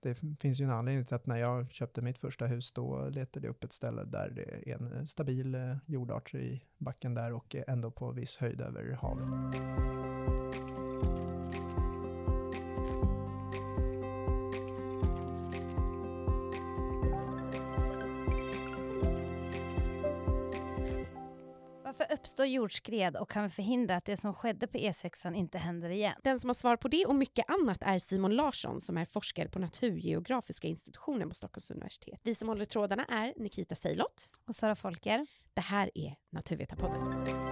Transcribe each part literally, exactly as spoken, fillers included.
Det finns ju en anledning till att när jag köpte mitt första hus då letade jag upp ett ställe där det är en stabil jordart i backen där och ändå på viss höjd över havet. Varför uppstår jordskred och kan vi förhindra att det som skedde på E sexan inte händer igen? Den som har svar på det och mycket annat är Simon Larsson som är forskare på Naturgeografiska institutionen på Stockholms universitet. Vi som håller trådarna är Nikita Seilot och Sara Folker. Det här är Naturvetarpodden.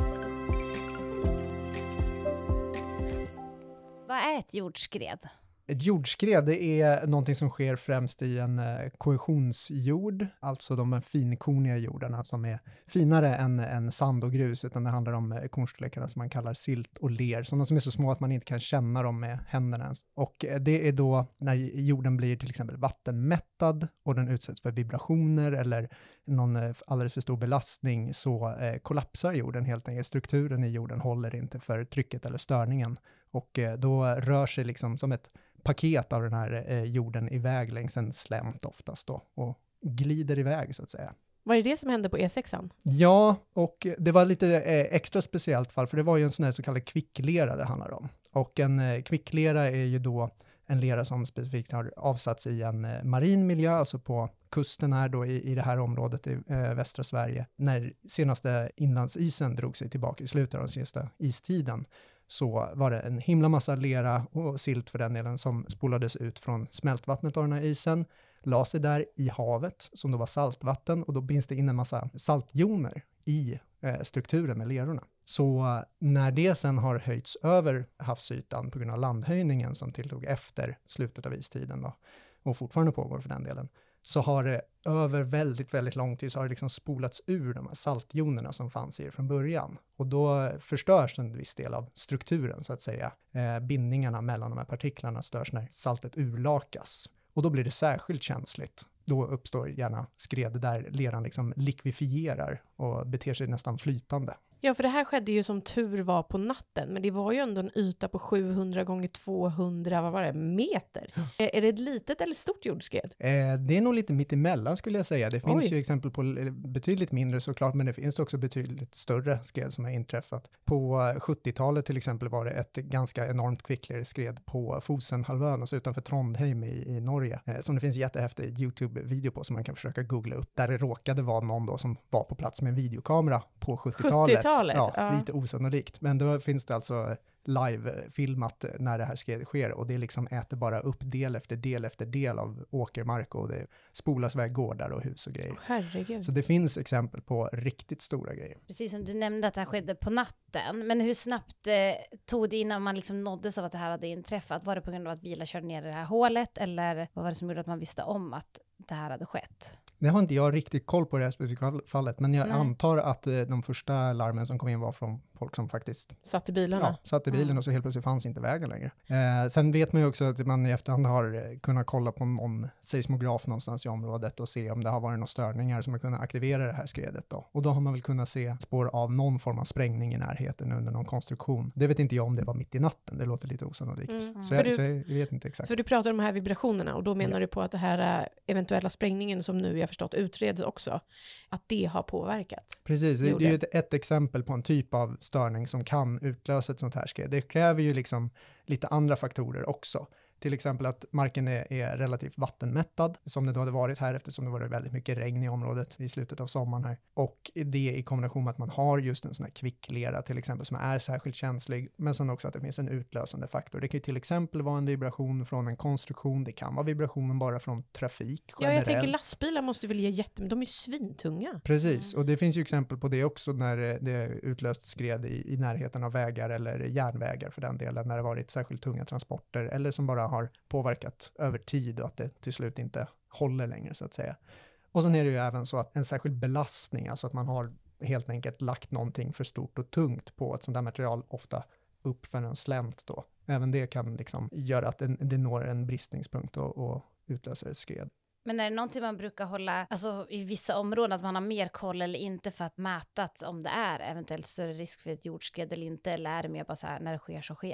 Vad är ett jordskred? Ett jordskred det är någonting som sker främst i en eh, korrosionsjord, alltså de finkorniga jordarna som är finare än, än sand och grus, utan det handlar om eh, kornstorlekarna som man kallar silt och ler, sådana som är så små att man inte kan känna dem med händerna ens. Och eh, det är då när jorden blir till exempel vattenmättad och den utsätts för vibrationer eller någon eh, alldeles för stor belastning så eh, kollapsar jorden helt enkelt. Strukturen i jorden håller inte för trycket eller störningen. Och eh, då rör sig liksom som ett paket av den här eh, jorden iväg längs en slänt oftast då och glider iväg så att säga. Var det det som hände på E sexan? Ja, och det var lite eh, extra speciellt fall för det var ju en sån här så kallad kvicklera det handlar om. Och en eh, kvicklera är ju då en lera som specifikt har avsatts i en eh, marin miljö, alltså på kusten här då i, i det här området i eh, västra Sverige. När senaste inlandsisen drog sig tillbaka i slutet av den sista istiden så var det en himla massa lera och silt för den delen som spolades ut från smältvattnet av den här isen, la sig där i havet som då var saltvatten och då binds det in en massa saltjoner i eh, strukturen med lerorna. Så eh, när det sen har höjts över havsytan på grund av landhöjningen som tilltog efter slutet av istiden då, och fortfarande pågår för den delen, så har det över väldigt, väldigt lång tid så har det liksom spolats ur de här saltjonerna som fanns i det från början. Och då förstörs en viss del av strukturen så att säga. Eh, bindningarna mellan de här partiklarna störs när saltet urlakas. Och då blir det särskilt känsligt. Då uppstår gärna skred där leran liksom likvifierar och beter sig nästan flytande. Ja, för det här skedde ju som tur var på natten, men det var ju ändå en yta på sjuhundra gånger tvåhundra, vad var det, meter. Ja. Är det ett litet eller stort jordskred? Eh, det är nog lite mitt emellan skulle jag säga. Det finns Oj. ju exempel på betydligt mindre såklart, men det finns också betydligt större skred som har inträffat. På sjuttiotalet till exempel var det ett ganska enormt kvicklerskred på Fosenhalvön, alltså utanför Trondheim i, i Norge, eh, som det finns jättehäftig YouTube-video på som man kan försöka googla upp, där det råkade vara någon då som var på plats med en videokamera på sjuttiotalet. sjuttiotalet. Ja, ja, lite osannolikt. Men då finns det alltså live-filmat när det här sker och det liksom äter bara upp del efter del efter del av åkermark och det spolas iväg gårdar och hus och grejer. Herregud. Så det finns exempel på riktigt stora grejer. Precis som du nämnde att det här skedde på natten. Men hur snabbt eh, tog det innan man liksom nåddes av att det här hade inträffat? Var det på grund av att bilar körde ner i det här hålet eller vad var det som gjorde att man visste om att det här hade skett? Det har inte jag riktigt koll på det här specifika fallet, men jag Nej. antar att eh, de första larmen som kom in var från folk som faktiskt satt i bilarna. Ja, satt i bilen mm. och så helt plötsligt fanns inte vägen längre. Eh, sen vet man ju också att man i efterhand har kunnat kolla på någon seismograf någonstans i området och se om det har varit några störningar som har kunnat aktivera det här skredet då. Och då har man väl kunnat se spår av någon form av sprängning i närheten under någon konstruktion. Det vet inte jag om det var mitt i natten, det låter lite osannolikt. Mm. Så, jag, du, så jag vet inte exakt. För du pratar om de här vibrationerna och då menar ja. du på att det här eventuella sprängningen som nu jag förstått utreds också, att det har påverkat. Precis, det, det är ju ett, ett exempel på en typ av störning som kan utlösa ett sånt här skred. Det kräver ju liksom lite andra faktorer också. Till exempel att marken är, är relativt vattenmättad, som det då hade varit här eftersom det var väldigt mycket regn i området i slutet av sommaren här. Och det i kombination med att man har just en sån här kvicklera till exempel som är särskilt känslig, men sen också att det finns en utlösande faktor. Det kan ju till exempel vara en vibration från en konstruktion, det kan vara vibrationen bara från trafik generellt. Ja, jag tänker lastbilar måste väl ge jätte, men de är svintunga. Precis, och det finns ju exempel på det också när det utlöst skred i, i närheten av vägar eller järnvägar för den delen, när det varit särskilt tunga transporter eller som bara har påverkat över tid och att det till slut inte håller längre så att säga. Och sen är det ju även så att en särskild belastning, alltså att man har helt enkelt lagt någonting för stort och tungt på ett sånt där material, ofta upp för en slänt då. Även det kan liksom göra att det, det når en bristningspunkt och, och utlöser ett skred. Men är det någonting man brukar hålla, alltså i vissa områden, att man har mer koll eller inte för att mäta om det är eventuellt större risk för ett jordskred eller inte, eller är det mer bara så här, när det sker så sker det?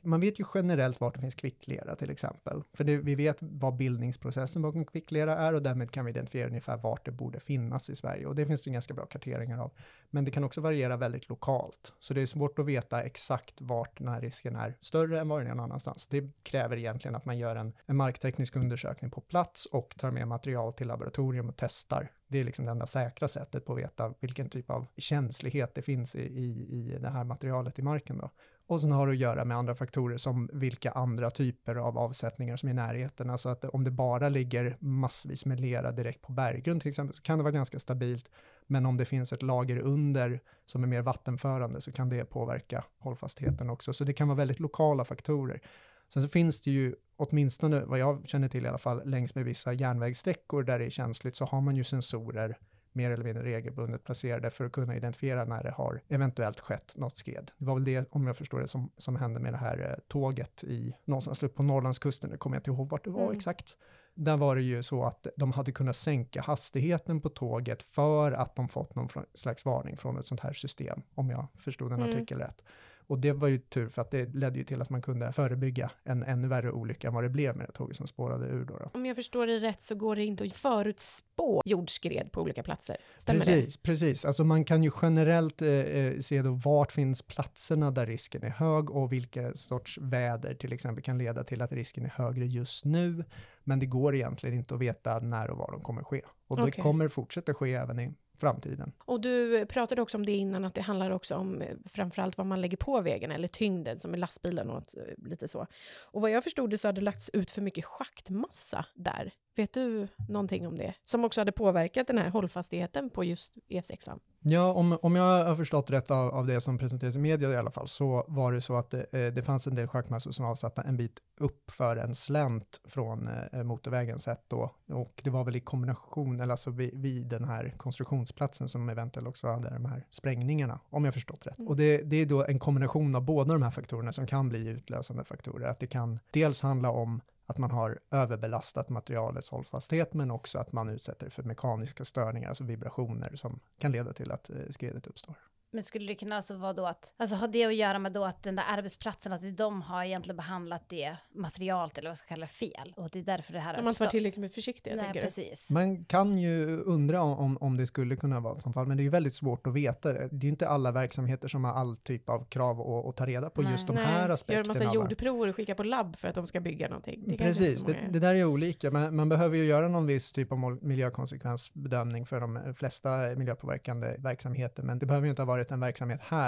Man vet ju generellt vart det finns kvicklera till exempel. För det, vi vet vad bildningsprocessen bakom kvicklera är och därmed kan vi identifiera ungefär vart det borde finnas i Sverige. Och det finns det ganska bra karteringar av. Men det kan också variera väldigt lokalt. Så det är svårt att veta exakt vart den här risken är större än var den är någon annanstans. Det kräver egentligen att man gör en, en markteknisk undersökning på plats och tar med material till laboratorium och testar. Det är liksom det enda säkra sättet på att veta vilken typ av känslighet det finns i, i, i det här materialet i marken då. Och sen har det att göra med andra faktorer som vilka andra typer av avsättningar som är i närheten. Alltså att om det bara ligger massvis med lera direkt på berggrund till exempel så kan det vara ganska stabilt. Men om det finns ett lager under som är mer vattenförande så kan det påverka hållfastheten också. Så det kan vara väldigt lokala faktorer. Sen så finns det ju åtminstone vad jag känner till i alla fall längs med vissa järnvägssträckor där det är känsligt så har man ju sensorer mer eller mindre regelbundet placerade för att kunna identifiera när det har eventuellt skett något skred. Det var väl det, om jag förstår det, som, som hände med det här eh, tåget i någonstans slut på Norrlandskusten. Det kommer jag inte ihåg vart det var mm. exakt. Där var det ju så att de hade kunnat sänka hastigheten på tåget för att de fått någon slags varning från ett sånt här system, om jag förstod den mm. artikel rätt. Och det var ju tur för att det ledde ju till att man kunde förebygga en ännu värre olycka än vad det blev med det tåget som spårade ur då. då. Om jag förstår det rätt så går det inte att förutspå jordskred på olika platser. Stämmer precis, det? Precis. Alltså man kan ju generellt eh, se då vart finns platserna där risken är hög och vilka sorts väder till exempel kan leda till att risken är högre just nu. Men det går egentligen inte att veta när och var de kommer ske. Och det okay. kommer fortsätta ske även i framtiden. Och du pratade också om det innan att det handlar också om framförallt vad man lägger på vägen eller tyngden som är lastbilen och lite så. Och vad jag förstod det så hade det lagts ut för mycket schaktmassa där. Vet du någonting om det? Som också hade påverkat den här hållfastheten på just E sexan. Ja, om, om jag har förstått rätt av, av det som presenterades i media i alla fall så var det så att det, det fanns en del schaktmassor som avsatta en bit upp för en slänt från eh, motorvägen sett då. Och det var väl i kombination, eller alltså vid, vid den här konstruktionsplatsen som eventuellt också hade de här sprängningarna, om jag förstått rätt. Mm. Och det, det är då en kombination av båda de här faktorerna som kan bli utlösande faktorer. Att det kan dels handla om att man har överbelastat materialets hållfasthet men också att man utsätter det för mekaniska störningar, alltså vibrationer som kan leda till att skredet uppstår. Men skulle det kunna alltså vara då att, alltså har det att göra med då att den där arbetsplatsen, att de har egentligen behandlat det materialet eller vad ska kalla det fel och det är därför det här har uppstått. Man ska vara tillräckligt med försiktiga, Nej, tänker precis. du? Man kan ju undra om, om det skulle kunna vara ett sånt fall, men det är ju väldigt svårt att veta. Det är ju inte alla verksamheter som har all typ av krav att, att ta reda på Nej. just de Nej. här aspekterna. Gör en massa jordprover och skicka på labb för att de ska bygga någonting. Det precis, det, det där är olika. Man, man behöver ju göra någon viss typ av miljökonsekvensbedömning för de flesta miljöpåverkande verksamheter, men det behöver ju inte ha varit en verksamhet här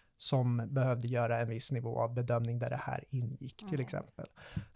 som behövde göra en viss nivå av bedömning där det här ingick till mm. exempel.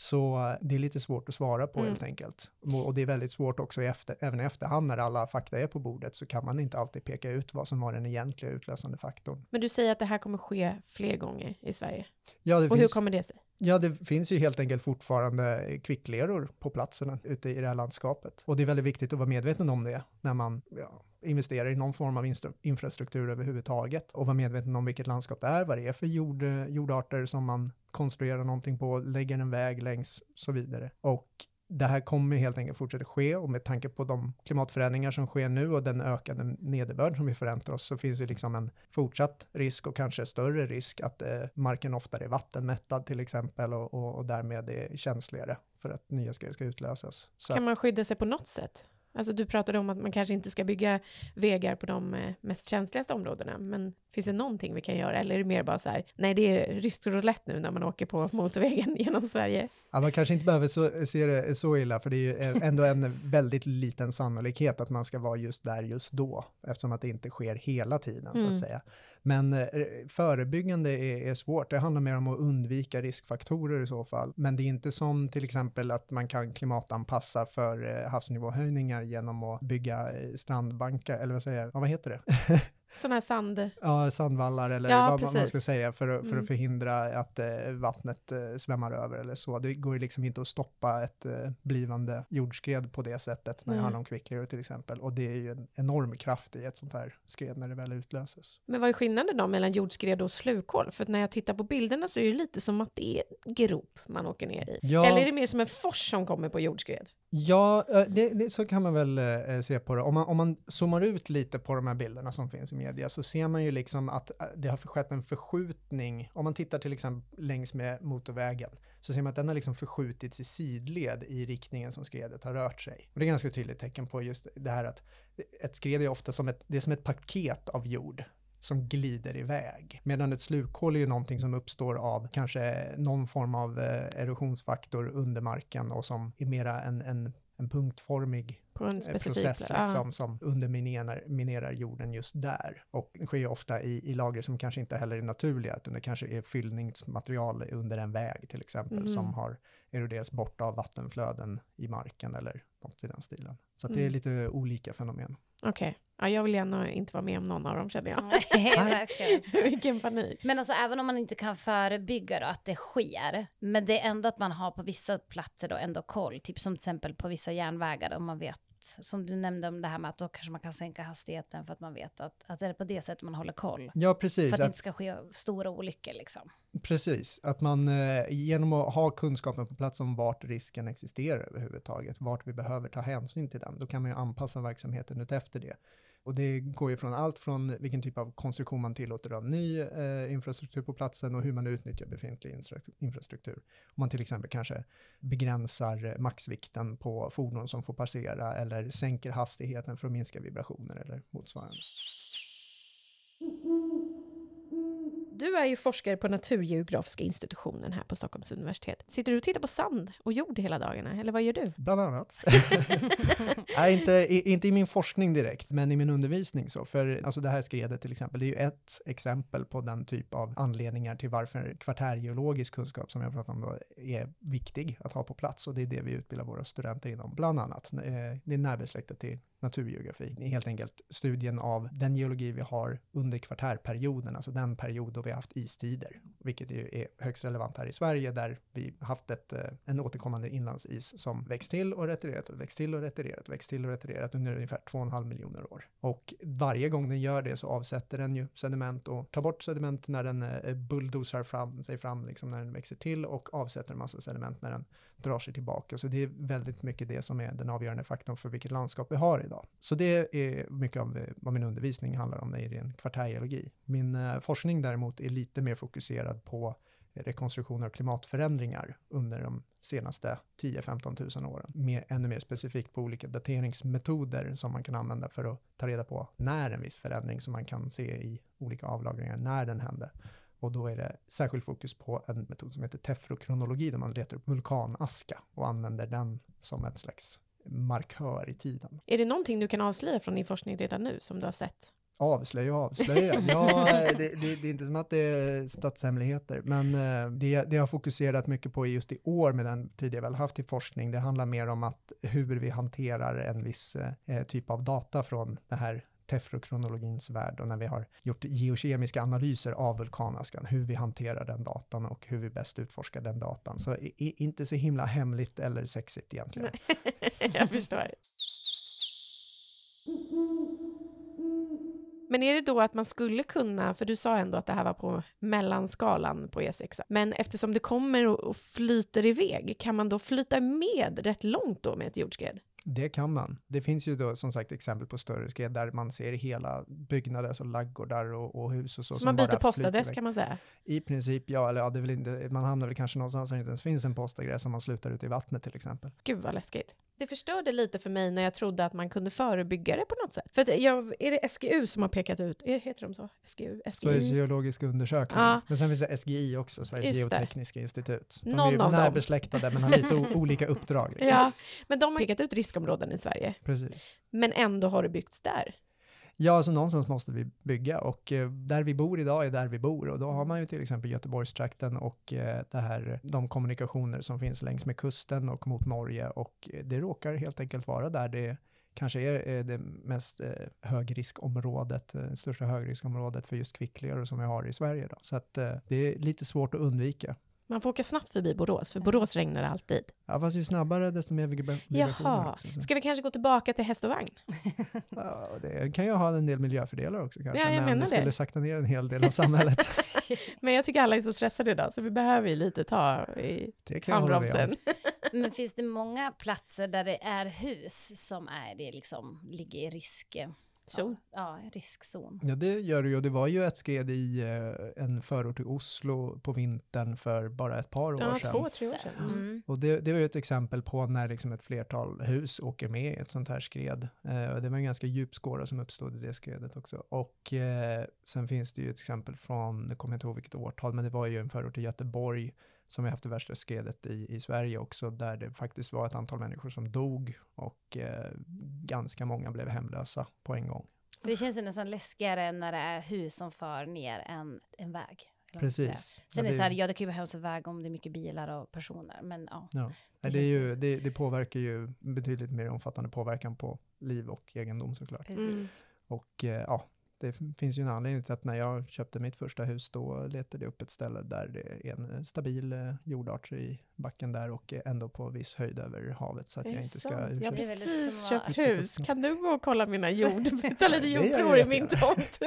Så det är lite svårt att svara på mm. helt enkelt. Och det är väldigt svårt också i efter, även i efterhand när alla fakta är på bordet så kan man inte alltid peka ut vad som var den egentliga utlösande faktorn. Men du säger att det här kommer ske fler gånger i Sverige. Ja, det och finns, hur kommer det sig? Ja, det finns ju helt enkelt fortfarande kvickleror på platserna ute i det här landskapet. Och det är väldigt viktigt att vara medveten om det när man ja, investerar i någon form av infrastruktur överhuvudtaget och vara medveten om vilket landskap det är, vad det är för jord, jordarter som man konstruerar någonting på, lägger en väg längs och så vidare. Och det här kommer helt enkelt fortsätta ske och med tanke på de klimatförändringar som sker nu och den ökade nederbörd som vi förväntar oss så finns det liksom en fortsatt risk och kanske större risk att eh, marken oftare är vattenmättad till exempel och, och, och därmed är känsligare för att nya skred ska utlösas. Så kan man skydda sig på något sätt? Alltså du pratade om att man kanske inte ska bygga vägar på de mest känsligaste områdena. Men finns det någonting vi kan göra? Eller är det mer bara så här, nej det är rysk roulette nu när man åker på motorvägen genom Sverige? Ja, man kanske inte behöver så, se det så illa för det är ju ändå en väldigt liten sannolikhet att man ska vara just där just då. Eftersom att det inte sker hela tiden mm. så att säga. Men eh, förebyggande är, är svårt. Det handlar mer om att undvika riskfaktorer i så fall. Men det är inte som till exempel att man kan klimatanpassa för eh, havsnivåhöjningar genom att bygga eh, strandbankar, eller vad säger jag? Ja, vad heter det? Sådana här sand... Ja, sandvallar eller ja, vad precis. man ska säga för, för mm. att förhindra att eh, vattnet eh, svämmar över eller så. Det går ju liksom inte att stoppa ett eh, blivande jordskred på det sättet när det mm. handlar om kvicklera till exempel. Och det är ju en enorm kraft i ett sånt här skred när det väl utlöses. Men vad är skillnaden då mellan jordskred och slukhål? För när jag tittar på bilderna så är det lite som att det är en grop man åker ner i. Ja. Eller är det mer som en fors som kommer på jordskred? Ja, det, det, så kan man väl eh, se på det. Om man, om man zoomar ut lite på de här bilderna som finns i media så ser man ju liksom att det har skett en förskjutning. Om man tittar till exempel längs med motorvägen så ser man att den har liksom förskjutits i sidled i riktningen som skredet har rört sig. Och det är ganska tydligt tecken på just det här att ett skred är ofta som ett, det är som ett paket av jord som glider iväg. Medan ett slukhål är ju någonting som uppstår av kanske någon form av eh, erosionsfaktor under marken och som är mera en, en, en punktformig På en specifik, process ja. liksom, som underminerar minerar jorden just där. Och det sker ju ofta i, i lager som kanske inte heller är naturliga, utan det kanske är fyllningsmaterial under en väg till exempel Mm. som har eroderats bort av vattenflöden i marken eller något i den stilen. Så att det är Mm. lite olika fenomen. Okej. Okay. Ja, jag vill gärna inte vara med om någon av dem, känner jag. Nej, verkligen. Vilken panik. Men alltså även om man inte kan förebygga då att det sker, men det är ändå att man har på vissa platser då ändå koll, typ som till exempel på vissa järnvägar om man vet, som du nämnde om det här med att då kanske man kan sänka hastigheten för att man vet att, att det är på det sättet man håller koll. Ja, precis. För att det att, inte ska ske stora olyckor liksom. Precis, att man eh, genom att ha kunskapen på plats om vart risken existerar överhuvudtaget, vart vi behöver ta hänsyn till den, då kan man ju anpassa verksamheten ut efter det. Och det går ju från allt från vilken typ av konstruktion man tillåter av ny eh, infrastruktur på platsen och hur man utnyttjar befintlig infrastruktur. Om man till exempel kanske begränsar maxvikten på fordon som får passera eller sänker hastigheten för att minska vibrationer eller motsvarande. Du är ju forskare på Naturgeografiska institutionen här på Stockholms universitet. Sitter du och tittar på sand och jord hela dagarna, eller vad gör du? Bland annat. Nej, inte, inte i min forskning direkt, men i min undervisning så. För alltså det här skredet till exempel, det är ju ett exempel på den typ av anledningar till varför kvartärgeologisk kunskap som jag pratar om då är viktig att ha på plats. Och det är det vi utbildar våra studenter inom, bland annat. Det är närbesläktat till naturgeografi. Det är helt enkelt studien av den geologi vi har under kvartärperioden, alltså den period då vi har haft istider, vilket är högst relevant här i Sverige där vi haft ett, en återkommande inlandsis som växt till och retirerat och växt till och retirerat, växt till och retirerat under ungefär två och en halv miljoner år. Och varje gång den gör det så avsätter den ju sediment och tar bort sediment när den bulldozar fram, sig fram liksom när den växer till och avsätter en massa sediment när den drar sig tillbaka. Så det är väldigt mycket det som är den avgörande faktorn för vilket landskap vi har idag. Så det är mycket av vad min undervisning handlar om i ren kvartärgeologi. Min eh, forskning däremot är lite mer fokuserad på rekonstruktioner av klimatförändringar under de senaste tio till femton tusen åren. Mer, ännu mer specifikt på olika dateringsmetoder som man kan använda för att ta reda på när en viss förändring som man kan se i olika avlagringar, när den hände. Och då är det särskilt fokus på en metod som heter tefrokronologi där man letar upp vulkanaska och använder den som ett slags markör i tiden. Är det någonting du kan avslöja från din forskning redan nu som du har sett? Avslöja och avslöja. Ja, det, det, det är inte som att det är statshemligheter, men det, det har fokuserat mycket på just i år med den tid jag väl haft i forskning. Det handlar mer om att hur vi hanterar en viss eh, typ av data från det här tefrokronologins värld och när vi har gjort geokemiska analyser av vulkanaskan, hur vi hanterar den datan och hur vi bäst utforskar den datan. Så i, inte så himla hemligt eller sexigt egentligen. Jag förstår. Men är det då att man skulle kunna, för du sa ändå att det här var på mellanskalan på E sex, men eftersom det kommer och flyter iväg, kan man då flyta med rätt långt då med ett jordskred? Det kan man. Det finns ju då som sagt exempel på större skred där man ser hela byggnader, alltså laggårdar och, och hus och så. Så som man byter bara postadress kan man säga? I princip, ja. Eller ja, det är väl inte, man hamnar väl kanske någonstans där det inte ens finns en postadress som man slutar ut i vattnet till exempel. Gud vad läskigt. Det förstörde lite för mig när jag trodde att man kunde förebygga det på något sätt. För att jag, är det S G U som har pekat ut, är, heter de så? S G U? S G I? Sveriges geologiska undersökning. Ja. Men sen finns det S G I också, Sveriges Just det. geotekniska institut. De Någon är ju av dem. närbesläktade men har lite o- olika uppdrag. Liksom. Ja, men de har pekat ut riskområden i Sverige. Precis. Men ändå har det byggts där. Ja, alltså någonstans måste vi bygga och eh, där vi bor idag är där vi bor och då har man ju till exempel Göteborgstrakten och eh, det här, de kommunikationer som finns längs med kusten och mot Norge och eh, det råkar helt enkelt vara där det kanske är eh, det mest eh, högriskområdet, eh, största högriskområdet för just kvicklerar som vi har i Sverige då. Så att eh, det är lite svårt att undvika. Man får åka snabbt förbi Borås, för Borås regnar det alltid. Ja, fast ju snabbare desto mer vibra- vibrationer Jaha, också. Så. ska vi kanske gå tillbaka till häst och vagn? Ja, det kan ju ha en del miljöfördelar också kanske, Ja, jag men menar det skulle det. sakta ner en hel del av samhället. Men jag tycker alla är så stressade idag, så vi behöver ju lite ta i Det kan jag hålla med om. handbromsen. Men finns det många platser där det är hus som är det liksom ligger i risk... Zon. Ja, ja, riskzon. Ja, det gör det ju. Det var ju ett skred i eh, en förort till Oslo på vintern för bara ett par år Ja, sedan. två, tre år sedan. Mm. Och det, det var ju ett exempel på när liksom ett flertal hus åker med i ett sånt här skred. Eh, och det var en ganska djup skåra som uppstod i det skredet också. Och eh, sen finns det ju ett exempel från, jag kommer inte ihåg vilket årtal, men det var ju en förort till Göteborg som vi haft det värsta skredet i, i Sverige också, där det faktiskt var ett antal människor som dog och eh, ganska många blev hemlösa på en gång. För det känns ju nästan läskigare när det är hus som för ner en, en väg. Precis. Sen ja, är det så här, ja det kan ju vara hemskt väg om det är mycket bilar och personer, men ja. ja. Det, det, är ju, så. det, det påverkar ju betydligt mer omfattande påverkan på liv och egendom såklart. Precis. Mm. Och eh, ja, det finns ju en anledning till att när jag köpte mitt första hus då letade jag upp ett ställe där det är en stabil eh, jordart i backen där och ändå på viss höjd över havet så att Är jag det inte ska sant? Jag har Det är ursäkta. väldigt precis smart. köpt hus. Kan du gå och kolla mina jord? Ta lite Det gör jag jordprov i jättegärna. min tomt.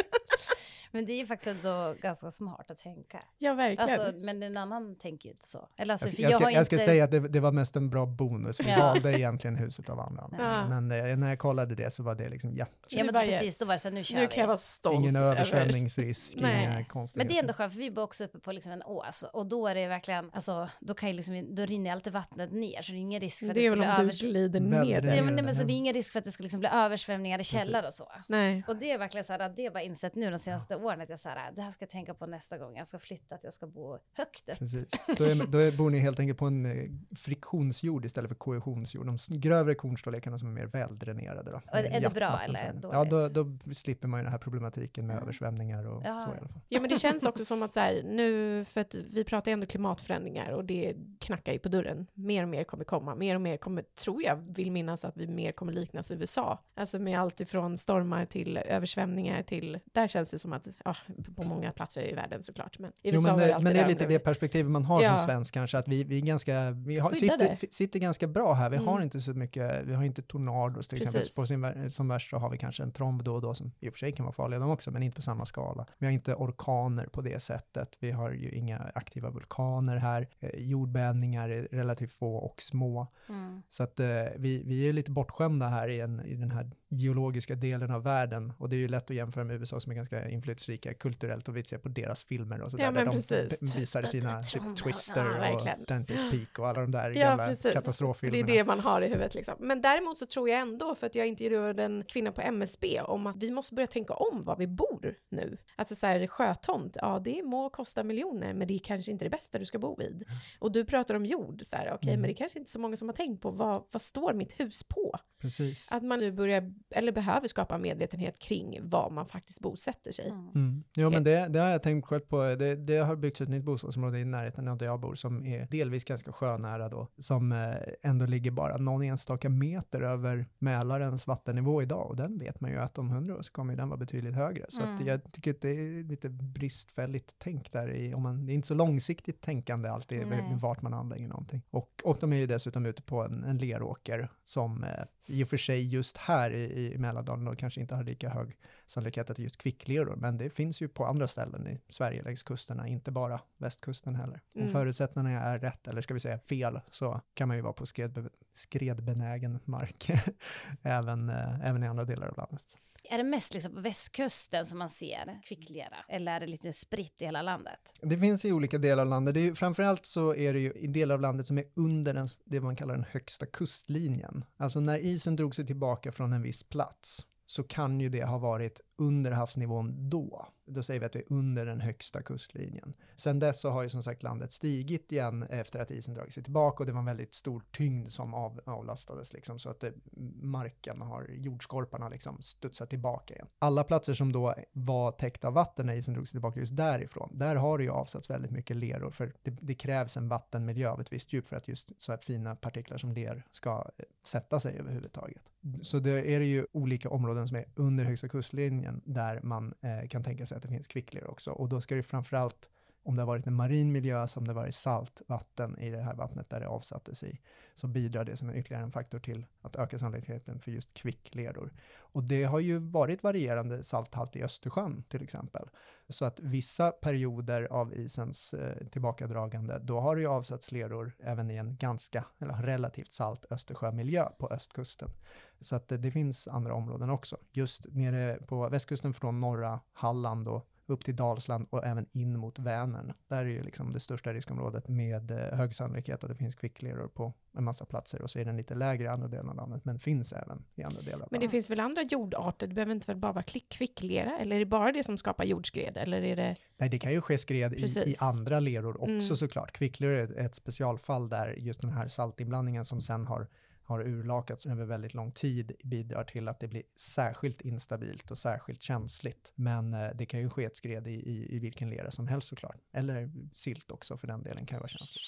Men det är ju faktiskt ändå ganska smart att tänka. Ja, verkligen. Alltså, men en annan tänker ju inte så. Eller alltså, Jag, för jag, jag, ska, har jag ska inte... säga att det, det var mest en bra bonus. Vi Ja. valde egentligen huset av andra anledningar. Ja. Men eh, när jag kollade det så var det liksom, ja, Ja, men bara precis, yes. då var det så här, nu kör Nu vi. kan jag vara stolt ingen över. översvämningsrisk, Nej. inga Men konstigheter. det är ändå skönt, för vi bor också uppe på liksom en ås. Och då är det verkligen, alltså, då, kan ju liksom, då rinner alltid vattnet ner. Så det är ingen risk för att Det det, är ska väl bli om du övers... glider Väldigt ner Ja, där. men, nej, men så det är ingen risk för att det ska liksom bli översvämningar i källare Precis. och så. Nej. Och det är verkligen så här, att det är bara insett nu de senaste åren att jag så här, det här ska jag tänka på nästa gång jag ska flytta, att jag ska bo högt upp. Precis. Då, är, då är, bor ni helt enkelt på en eh, friktionsjord istället för kohessionsjord. De s- grövre kornstorlekarna som är mer väldränerade. Då. Och är det Jatt- bra vattenföring. eller Ja, då, dåligt? då slipper man ju den här problematiken med Ja. översvämningar och Ja. så i alla fall. Ja, men det känns också som att så här, nu, för att vi pratar ju ändå klimatförändringar och det knackar ju på dörren. Mer och mer kommer komma. Mer och mer kommer, tror jag, vill minnas att vi mer kommer liknas U S A. Alltså med allt ifrån stormar till översvämningar till, där känns det som att, ja, på många platser i världen såklart. Men i U S A Jo, men, var det, alltid men det är där lite nu. det perspektivet man har Ja. som svensk kanske, att vi, vi är ganska, vi har, Skyddade. sitter, f- sitter ganska bra här. Vi Mm. har inte så mycket, vi har inte tornados till exempel. Precis. På sin, vär- som värst så har vi kanske en tromb då och då som i och för sig kan vara farliga de också, men inte på samma skala. Vi har inte orkaner på det sättet. Vi har ju inga aktiva vulkaner här. Eh, jordbävningar är relativt få och små. Mm. Så att eh, vi, vi är lite bortskämda här i, en, i den här geologiska delen av världen. Och det är ju lätt att jämföra med U S A som är ganska inflytelserika kulturellt och vi ser på deras filmer och sådär. Ja, men där de precis. b- visar sina typ, Trump, Twister ja, och verkligen. Dante's Peak och alla de där Ja, gamla precis. Det katastroffilmerna. är det man har i huvudet liksom. Men däremot så tror jag ändå, för att jag intervjuade en kvinna på M S B om att vi måste börja tänka om var vi bor nu. Alltså så här, sjötomt, ja det må kosta miljoner men det är kanske inte det bästa du ska bo vid. Och du pratar om jord, så här, okej Mm. men det är kanske inte så många som har tänkt på vad, vad står mitt hus på? Precis. Att man nu börjar, eller behöver skapa medvetenhet kring vad man faktiskt bosätter sig. Mm. Mm. Jo, men det, det har jag tänkt själv på. Det, det har byggts ett nytt bostadsområde i närheten av där jag bor som är delvis ganska sjönära då. Som eh, ändå ligger bara någon enstaka meter över Mälarens vattennivå idag. Och den vet man ju att om hundra år så kommer ju den vara betydligt högre. Så att Mm. jag tycker att det är lite bristfälligt tänk där i, om man, det är inte så långsiktigt tänkande alltid Nej. med, med vart man anlägger någonting. Och, och de är ju dessutom ute på en, en leråker som eh, i och för sig just här i, i Mälardalen då kanske inte har lika hög sannolikhet att det är just kvickleror, men det finns ju på andra ställen i Sverige längs kusterna, inte bara västkusten heller. Om Mm. förutsättningarna är rätt, eller ska vi säga fel, så kan man ju vara på skredbe, skredbenägen mark även, eh, även i andra delar av landet. Är det mest liksom på västkusten som man ser kvicklera? Eller är det lite spritt i hela landet? Det finns i olika delar av landet. Det är ju, framförallt så är det ju i delar av landet som är under den, det man kallar den högsta kustlinjen. Alltså när isen drog sig tillbaka från en viss plats så kan ju det ha varit under havsnivån då. Då säger vi att det är under den högsta kustlinjen. Sen dess så har ju som sagt landet stigit igen efter att isen dragit sig tillbaka och det var en väldigt stor tyngd som av, avlastades liksom, så att det, marken har, jordskorparna liksom studsar tillbaka igen. Alla platser som då var täckta av vatten när isen drog sig tillbaka just därifrån, där har det ju avsatts väldigt mycket leror för det, det krävs en vattenmiljö av ett visst djup för att just så här fina partiklar som ler ska sätta sig överhuvudtaget. Så det är det ju olika områden som är under högsta kustlinjen där man eh, kan tänka sig att det finns kvickler också och då ska det framförallt om det har varit en marin miljö, som det varit saltvatten i det här vattnet där det avsattes i, så bidrar det som en ytterligare en faktor till att öka sannolikheten för just kvickledor. Och det har ju varit varierande salthalt i Östersjön till exempel. Så att vissa perioder av isens eh, tillbakadragande, då har det ju avsatts leror även i en ganska, eller relativt salt Östersjömiljö på östkusten. Så att det, det finns andra områden också. Just nere på västkusten från norra Halland och upp till Dalsland och även in mot Vänern. Där är ju liksom det största riskområdet med eh, hög sannolikhet att det finns kvickleror på en massa platser, och så är den lite lägre i andra delar av landet, men finns även i andra delar av landet. Men det finns väl andra jordarter? Det behöver inte väl bara vara kvicklera? Eller är det bara det som skapar jordskred? Eller är det... Nej, det kan ju ske skred i, i andra leror också mm. såklart. Kvickleror är ett, ett specialfall där just den här saltinblandningen som sen har har urlakats över väldigt lång tid bidrar till att det blir särskilt instabilt och särskilt känsligt. Men eh, det kan ju ske ett skred i, i, i vilken lera som helst såklart. Eller silt också för den delen kan ju vara känsligt.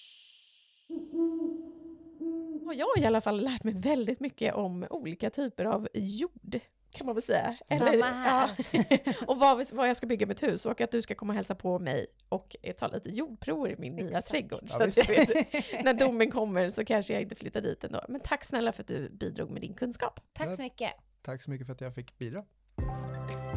Och jag har i alla fall lärt mig väldigt mycket om olika typer av jord, kan man väl säga. Samma Eller, här. Ja. Och vad, vad jag ska bygga mitt hus, och att du ska komma och hälsa på mig och ta lite jordprover i min nya Exakt. trädgård. Ja, så att jag vet, när domen kommer så kanske jag inte flyttar dit ändå. Men tack snälla för att du bidrog med din kunskap. Tack så mycket. Tack så mycket för att jag fick bidra.